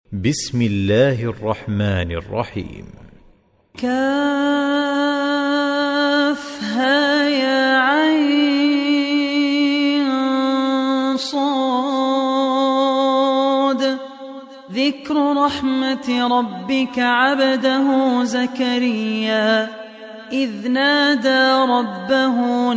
بسم الله الرحمن الرحيم. كافها يا عين صاد. ذكر رحمة ربك عبده زكريا إذ نادى ربه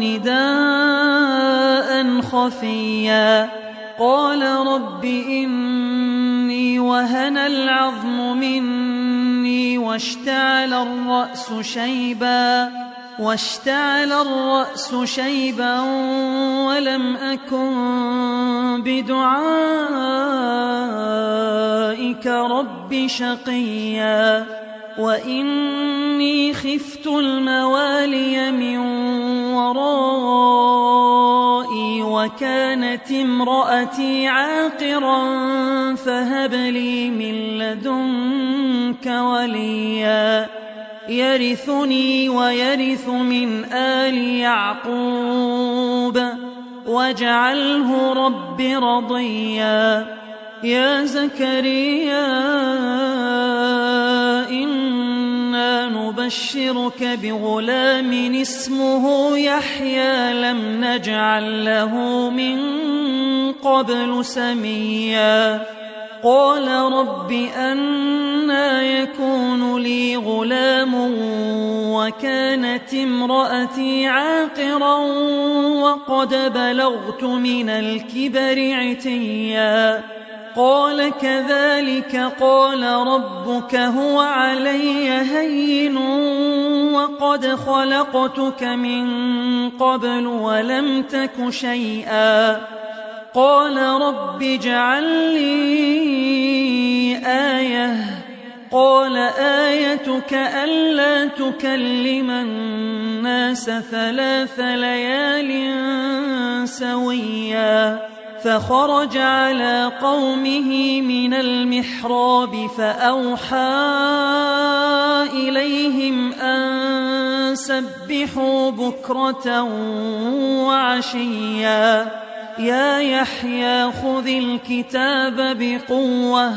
نداء خفيا قال رب إني وهن العظم مني واشتعل الرأس شيبا ولم أكن بدعائك رب شقيا وإني خفت الموالي من ورائي وكانت امرأتي عاقرا فهب لي من لدنك وليا يرثني ويرث من آل يعقوب واجعله رب رضيا. يا زكريا إنا نبشرك بغلام اسمه يحيى لم نجعل له من قبل سميا. قال رب أنى يكون لي غلام وكانت امرأتي عاقرا وقد بلغت من الكبر عتيا. قال كذلك قال ربك هو علي هين وقد خلقتك من قبل ولم تك شيئا. قال رب اجعل لي آية. قال آيتك ألا تكلم الناس 3 ليال سويا. فخرج على قومه من المحراب فأوحى إليهم أن سبحوا بكرة وعشيا. يا يحيى خذ الكتاب بقوة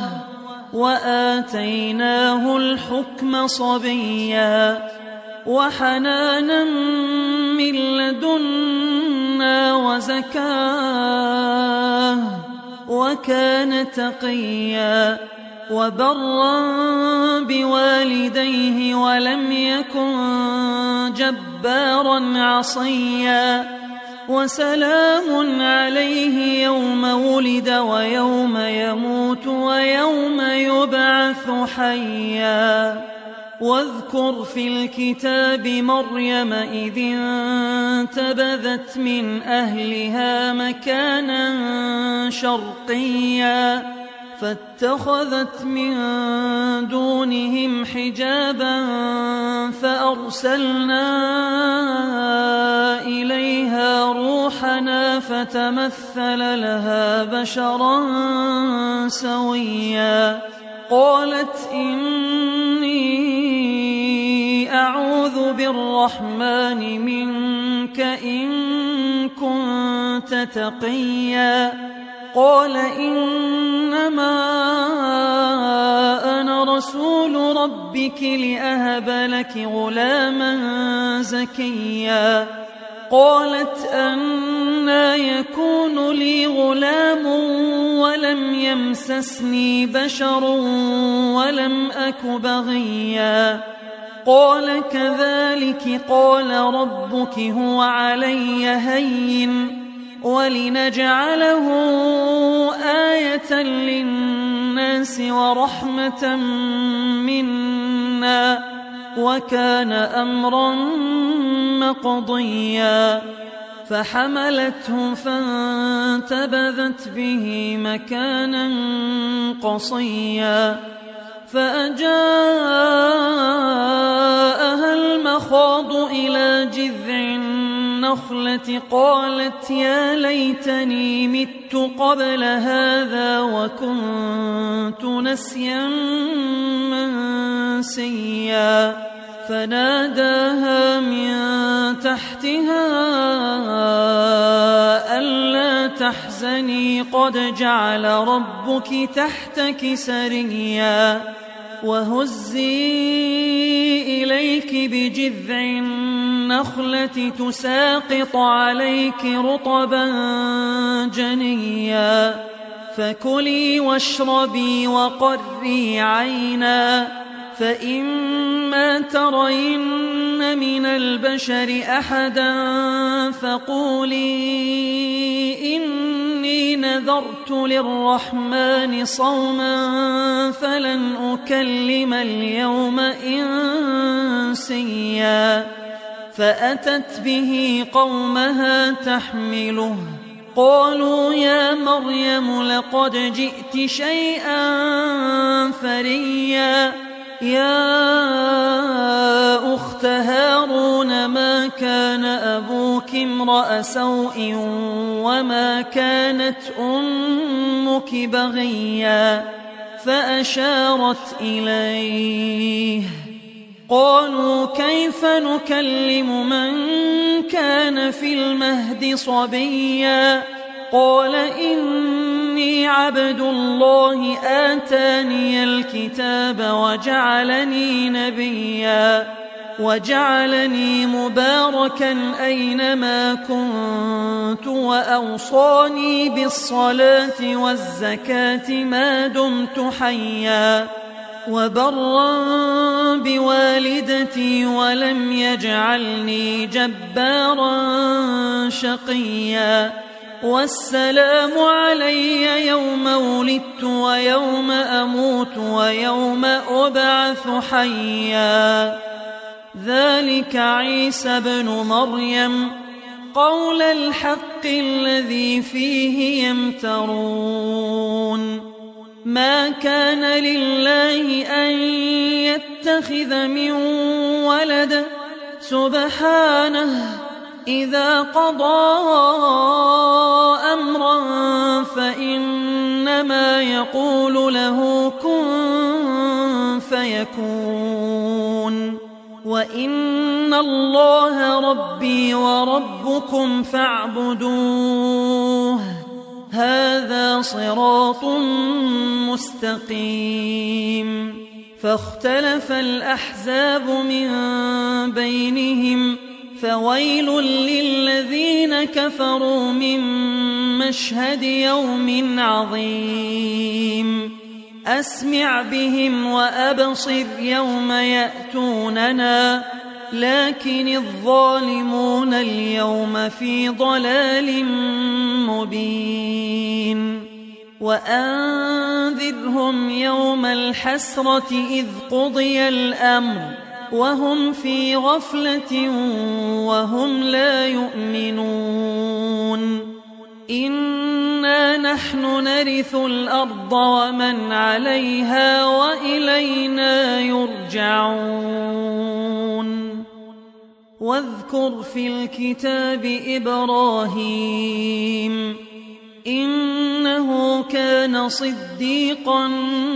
وآتيناه الحكم صبيا وحنانا من لدنا وزكاه وكان تقيا وبرا بوالديه ولم يكن جبارا عصيا. وسلام عليه يوم ولد ويوم يموت ويوم يبعث حيا. واذكر في الكتاب مريم إذ انتبذت من أهلها مكانا شرقيا فاتخذت من دونهم حجابا فأرسلنا إليها روحنا فتمثل لها بشرا سويا. قالت إني أعوذ بالرحمن منك إن كنت تقيا. قال إنما أنا رسول ربك لأهب لك غلاما زكيا. قالت أنى يكون لي غلام ولم يمسسني بشر ولم أك بغيا. قال كذلك قال ربك هو علي هين ولنجعله آية للناس ورحمة منا وكان أمرا مقضيا. فحملته فانتبذت به مكانا قصيا فأجاءها المخاض إلى جذع النخلة قالت يا ليتني مت قبل هذا وكنت نسيا منسيا. فناداها من تحتها ألا تحزن تحزني قد جعل ربك تحتك سريا وهزي إليك بجذع النخلة تساقط عليك رطبا جنيا فكلي واشربي وقري عينا فإما ترين من البشر أحدا فقولي إني نذرت للرحمن صوما فلن أكلم اليوم إنسيا فأتت به قومها تحمله قالوا يا مريم لقد جئت شيئا فريا يا أخت هارون ما كان أبوك امرأ سوء وما كانت أمك بغيا فأشارت إليه قالوا كيف نكلم من كان في المهد صبيا قال إني عبد الله آتاني الكتاب وجعلني نبيا وجعلني مباركا أينما كنت وأوصاني بالصلاة والزكاة ما دمت حيا وبرا بوالدتي ولم يجعلني جبارا شقيا والسلام علي يوم ولدت ويوم أموت ويوم أبعث حيا ذلك عيسى بن مريم قول الحق الذي فيه يمترون ما كان لله أن يتخذ من ولد سبحانه إذا قضى أمرا فإنما يقول له كن فيكون وإن الله ربي وربكم فاعبدوه هذا صراط مستقيم فاختلف الأحزاب من بينهم فويل للذين كفروا من مشهد يوم عظيم أسمع بهم وأبصر يوم يأتوننا لكن الظالمون اليوم في ضلال مبين وأنذرهم يوم الحسرة إذ قضي الأمر وهم في غفلة وهم لا يؤمنون إنا نحن نرث الأرض ومن عليها وإلينا يرجعون واذكر في الكتاب إبراهيم إنه كان صديقا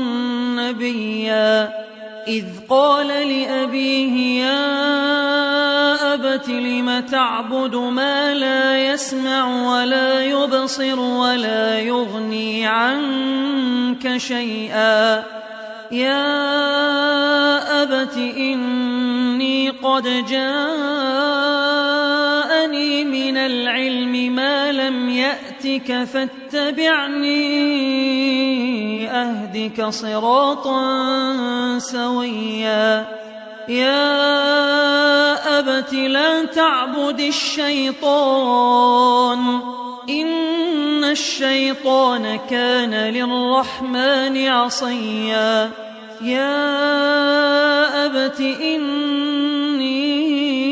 نبيا إذ قال لأبيه يا أبت لم تعبد ما لا يسمع ولا يبصر ولا يغني عنك شيئا يا أبت إني قد جاءني من العلم ما لم يأتك فاتبعني أهدك صراطا سويا يا أبت لا تعبد الشيطان إن الشيطان كان للرحمن عصيا يا أبت إني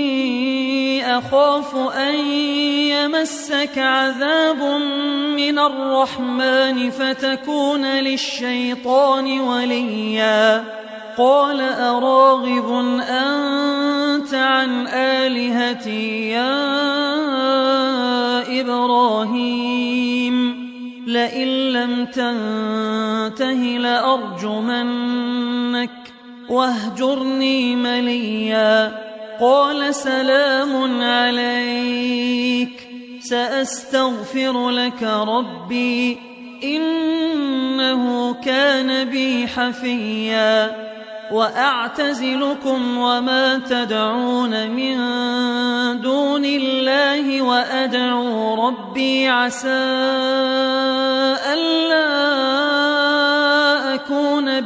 أخاف أن يمسك عذاب من الرحمن فتكون للشيطان وليا قال أراغب أنت عن آلهتي يا إبراهيم لئن لم تنته لأرجمنك واهجرني مليا قال سلام عليك سأستغفر لك ربي إنه كان بي حفيا وأعتزلكم وما تدعون من دون الله وأدعو ربي عسى ألا أكون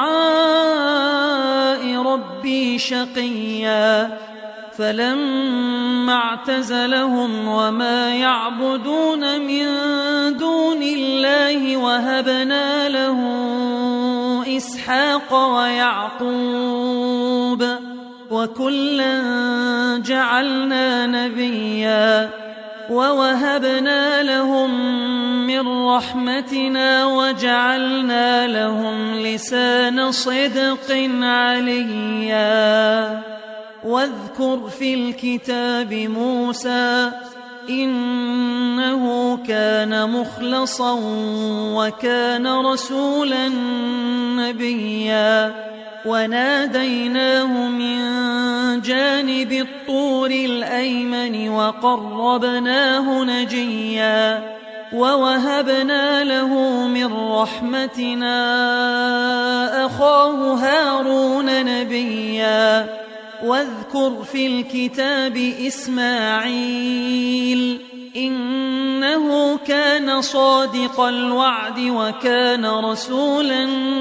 بدعاء ربي شقيا فلما اعتزلهم وما يعبدون من دون الله وهبنا له إسحاق ويعقوب وكلا جعلنا نبيا ووهبنا لهم من رحمتنا وجعلنا لهم لسان صدق عليا واذكر في الكتاب موسى إنه كان مخلصا وكان رسولا نبيا وناديناه من جانب الطور الأيمن وقربناه نجيا ووهبنا له من رحمتنا أخاه هارون نبيا واذكر في الكتاب إسماعيل إنه كان صادق الوعد وكان رسولا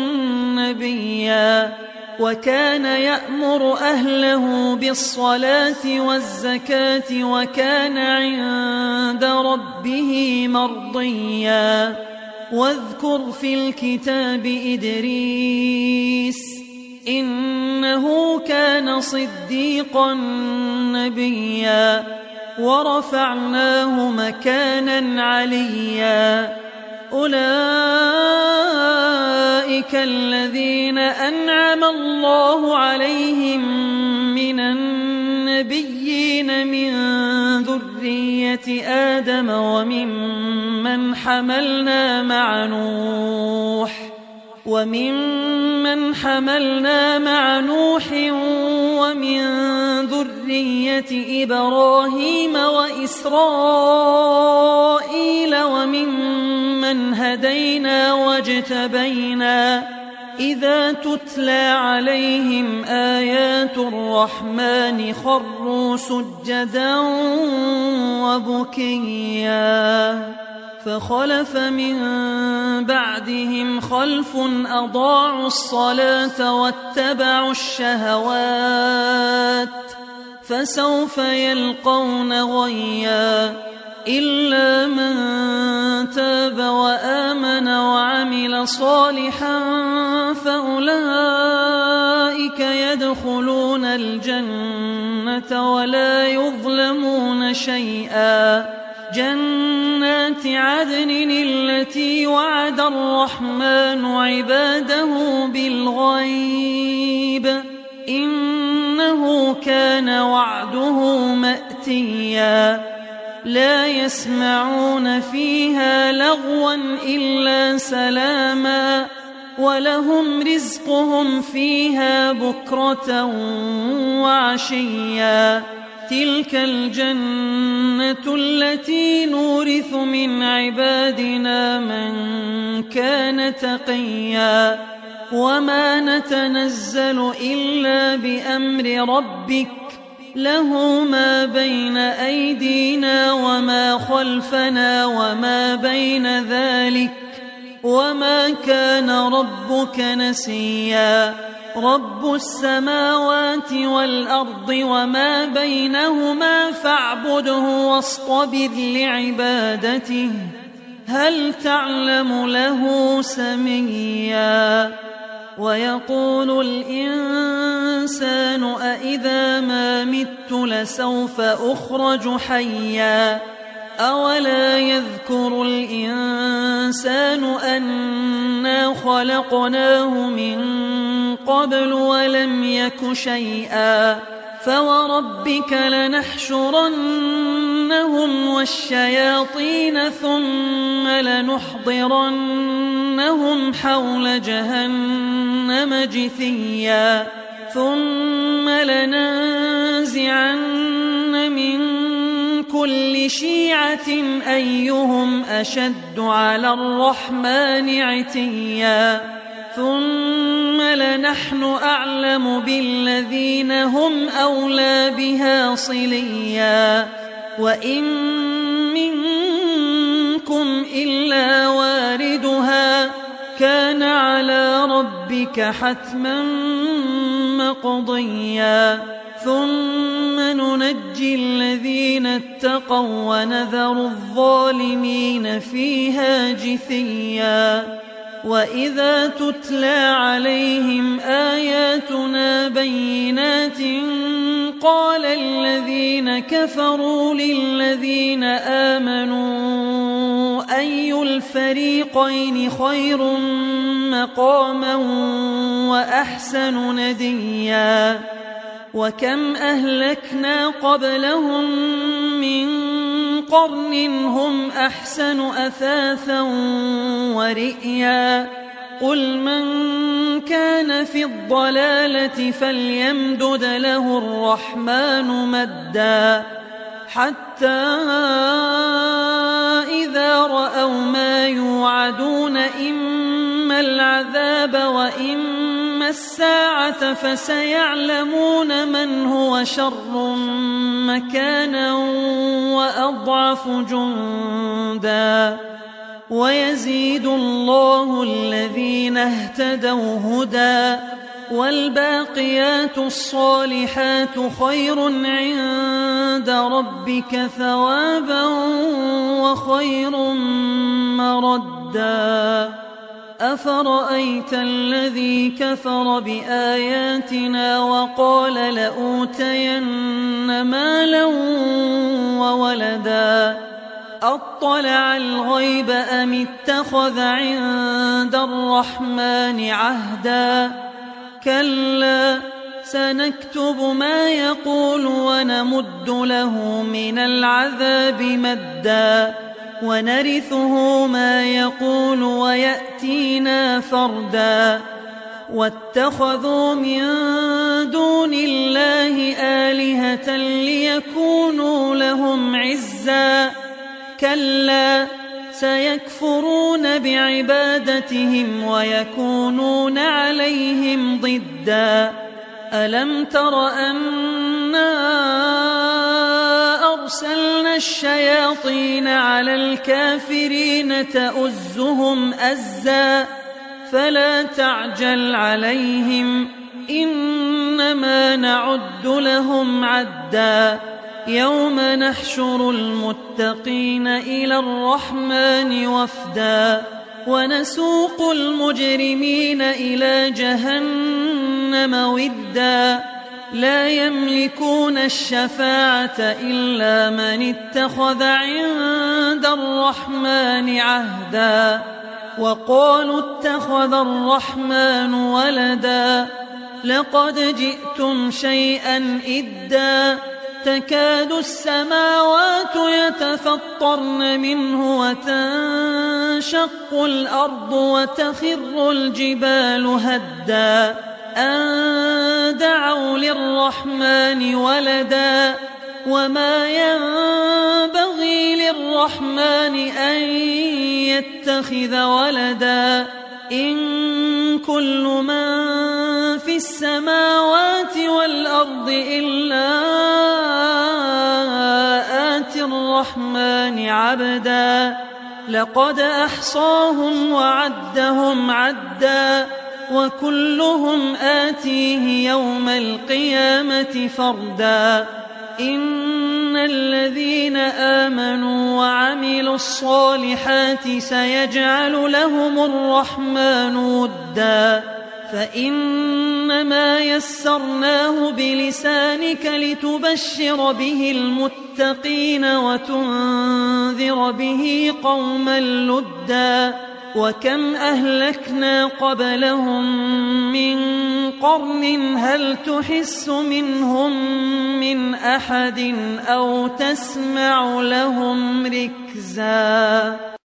نبيا وكان يأمر أهله بالصلاة والزكاة وكان عند ربه مرضيا واذكر في الكتاب إدريس إنه كان صديقا نبيا ورفعناه مكانا عليا أولئك الذين أنعم الله عليهم من النبيين من ذرية آدم وممن حملنا مع نوح ومن ذرية إبراهيم وإسرائيل وممن هدينا واجتبينا إذا تتلى عليهم آيات الرحمن خروا سجدا وبكيا فخلف من بعدهم خلف أضاعوا الصلاة واتبعوا الشهوات فسوف يلقون غيا إلا من تاب وآمن وعمل صالحا فأولئك يدخلون الجنة ولا يظلمون شيئا جنات عدن التي وعد الرحمن عباده بالغيب إنه كان وعده مأتيا لا يسمعون فيها لغوا إلا سلاما ولهم رزقهم فيها بكرة وعشيا تلك الجنة التي نورث من عبادنا من كان تقيا وما نتنزل إلا بأمر ربك له ما بين أيدينا وما خلفنا وما بين ذلك وما كان ربك نسيا رب السماوات والأرض وما بينهما فاعبده واصطبر لعبادته هل تعلم له سميا ويقول الإنسان أإذا ما مت لسوف أخرج حيا أولا يذكر الإنسان أنا خلقناه من قبل ولم يك شيئا فوربك لنحشرنهم والشياطين ثم لنحضرنهم حول جهنم جثيا ثم لننزعن من كل كل شيعة أيهم أشد على الرحمن عتيا ثم لنحن أعلم بالذين هم أولى بها صليا وإن منكم إلا واردها كان على ربك حتما مقضيا ثم ننجي الذين اتقوا ونذر الظالمين فيها جثيا وإذا تتلى عليهم آياتنا بينات قال الذين كفروا للذين آمنوا أي الفريقين خير مقاما وأحسن نديا وكم أهلكنا قبلهم من قرن هم أحسن أثاثا ورئيا قل من كان في الضلالة فليمدد له الرحمن مدا حتى إذا رأوا ما يوعدون إما العذاب وإما الساعة فسيعلمون من هو شر مكانا وأضعف جندا ويزيد الله الذين اهتدوا هدى والباقيات الصالحات خير عند ربك ثوابا وخير مردا أفرأيت الذي كفر بآياتنا وقال لأوتين مالا وولدا أطلع الغيب أم اتخذ عند الرحمن عهدا كلا سنكتب ما يقول ونمد له من العذاب مدا ونرثه ما يقول ويأتينا فردا واتخذوا من دون الله آلهة ليكونوا لهم عزا كلا سيكفرون بعبادتهم ويكونون عليهم ضدا ألم تر أنا أرسلنا الشياطين على الكافرين تؤزهم أزا فلا تعجل عليهم إنما نعد لهم عدا يوم نحشر المتقين إلى الرحمن وفدا ونسوق المجرمين إلى جهنم ودا لا يملكون الشفاعة إلا من اتخذ عند الرحمن عهدا وقالوا اتخذ الرحمن ولدا لقد جئتم شيئا إدا تكاد السماوات يتفطرن منه وتنشق الأرض وتخر الجبال هدا أن دعوا للرحمن ولدا وما ينبغي للرحمن أن يتخذ ولدا إن كل من في السماوات والأرض إلا آتي الرحمن عبدا لقد أحصاهم وعدهم عدا وكلهم آتيه يوم القيامة فردا إن الذين آمنوا وعملوا الصالحات سيجعل لهم الرحمن ودا فإنما يسرناه بلسانك لتبشر به المتقين وتنذر به قوما لدا وكم أهلكنا قبلهم من قرن هل تحس منهم من أحد أو تسمع لهم ركزا